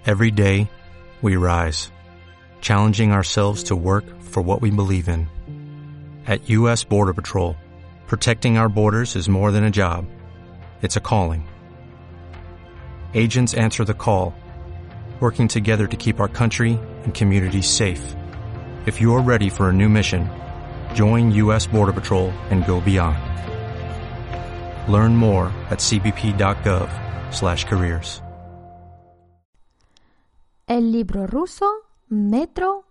Every day, we rise, challenging ourselves to work for what we believe in. At U.S. Border Patrol, protecting our borders is more than a job. It's a calling. Agents answer the call, working together to keep our country and communities safe. If you're ready for a new mission, join U.S. Border Patrol and go beyond. Learn more at cbp.gov/careers. El libro ruso Metro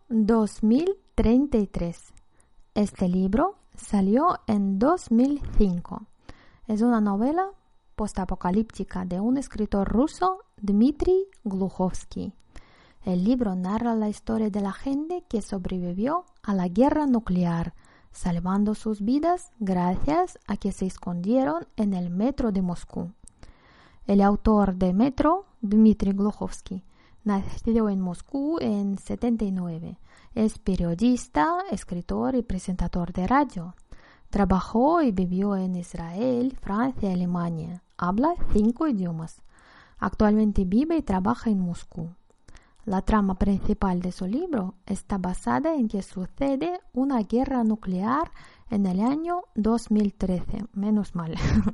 2033. Este libro salió en 2005. Es una novela postapocalíptica de un escritor ruso, Dmitry Glukhovsky. El libro narra la historia de la gente que sobrevivió a la guerra nuclear, salvando sus vidas gracias a que se escondieron en el metro de Moscú. El autor de Metro, Dmitry Glukhovsky, nació en Moscú en 79. Es periodista, escritor y presentador de radio. Trabajó y vivió en Israel, Francia y Alemania. Habla 5 idiomas. Actualmente vive y trabaja en Moscú. La trama principal de su libro está basada en que sucede una guerra nuclear en el año 2013. Menos mal.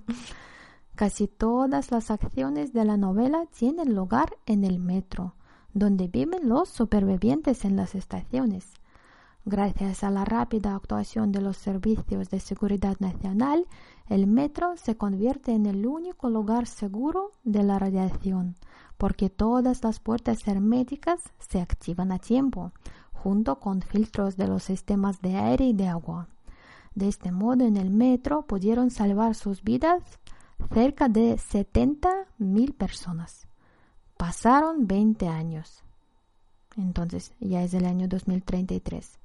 Casi todas las acciones de la novela tienen lugar en el metro, donde viven los supervivientes en las estaciones. Gracias a la rápida actuación de los servicios de seguridad nacional, el metro se convierte en el único lugar seguro de la radiación, porque todas las puertas herméticas se activan a tiempo, junto con filtros de los sistemas de aire y de agua. De este modo, en el metro pudieron salvar sus vidas cerca de 70.000 personas. Pasaron 20 años. Entonces, ya es el año 2033.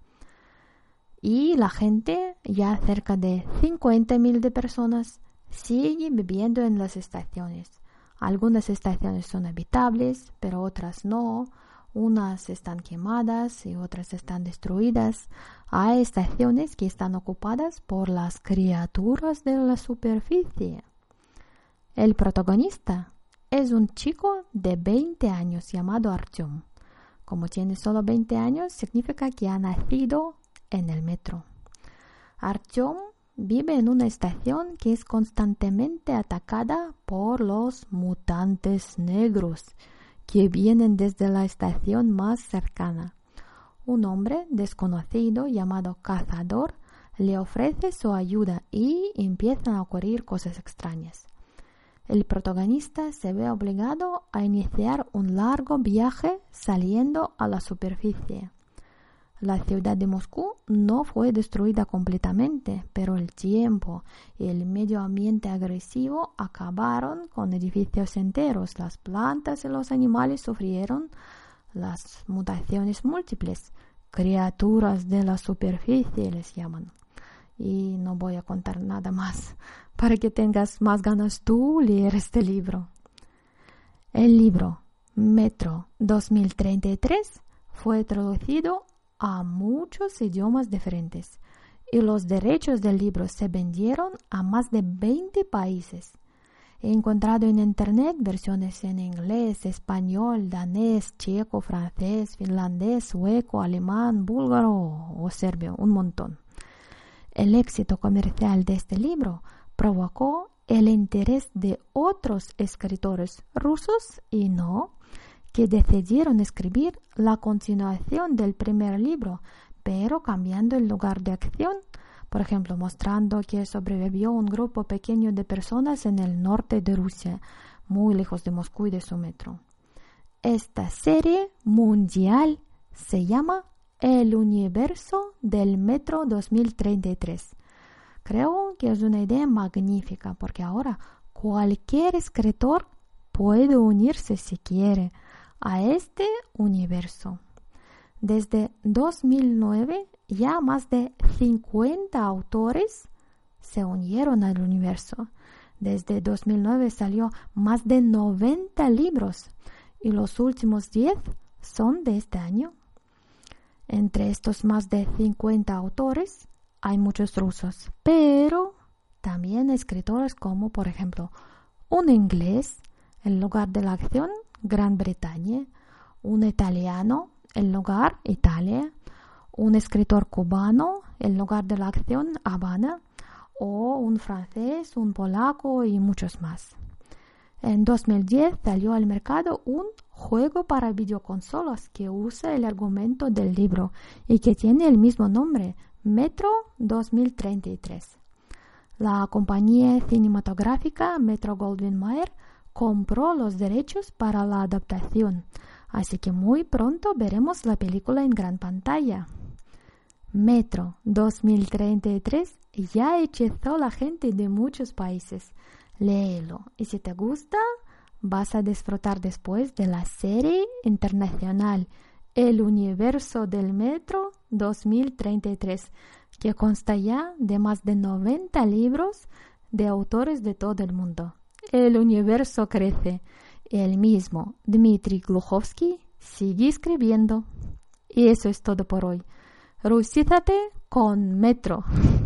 Y la gente, ya cerca de 50.000 de personas, sigue viviendo en las estaciones. Algunas estaciones son habitables, pero otras no. Unas están quemadas y otras están destruidas. Hay estaciones que están ocupadas por las criaturas de la superficie. El protagonista es un chico de 20 años llamado Artyom. Como tiene solo 20 años, significa que ha nacido en el metro. Artyom vive en una estación que es constantemente atacada por los mutantes negros que vienen desde la estación más cercana. Un hombre desconocido llamado Cazador le ofrece su ayuda y empiezan a ocurrir cosas extrañas. El protagonista se ve obligado a iniciar un largo viaje saliendo a la superficie. La ciudad de Moscú no fue destruida completamente, pero el tiempo y el medio ambiente agresivo acabaron con edificios enteros. Las plantas y los animales sufrieron las mutaciones múltiples. Criaturas de la superficie les llaman. Y no voy a contar nada más para que tengas más ganas tú leer este libro. El libro Metro 2033 fue traducido a muchos idiomas diferentes y los derechos del libro se vendieron a más de 20 países. He encontrado en internet versiones en inglés, español, danés, checo, francés, finlandés, sueco, alemán, búlgaro o serbio, un montón. El éxito comercial de este libro provocó el interés de otros escritores rusos y no, que decidieron escribir la continuación del primer libro, pero cambiando el lugar de acción, por ejemplo, mostrando que sobrevivió un grupo pequeño de personas en el norte de Rusia, muy lejos de Moscú y de su metro. Esta serie mundial se llama El universo del Metro 2033. Creo que es una idea magnífica porque ahora cualquier escritor puede unirse si quiere a este universo. Desde 2009 ya más de 50 autores se unieron al universo. Desde 2009 salió más de 90 libros y los últimos 10 son de este año. Entre estos más de 50 autores hay muchos rusos, pero también escritores como, por ejemplo, un inglés, el lugar de la acción, Gran Bretaña, un italiano, el lugar Italia, un escritor cubano, el lugar de la acción Habana, o un francés, un polaco y muchos más. En 2010 salió al mercado un juego para videoconsolas que usa el argumento del libro y que tiene el mismo nombre, Metro 2033. La compañía cinematográfica Metro-Goldwyn-Mayer compró los derechos para la adaptación, así que muy pronto veremos la película en gran pantalla. Metro 2033 ya hechizó a la gente de muchos países. Léelo y si te gusta, vas a disfrutar después de la serie internacional El Universo del Metro 2033, que consta ya de más de 90 libros de autores de todo el mundo. El universo crece. El mismo Dmitry Gluchovsky sigue escribiendo. Y eso es todo por hoy. Rusízate con Metro.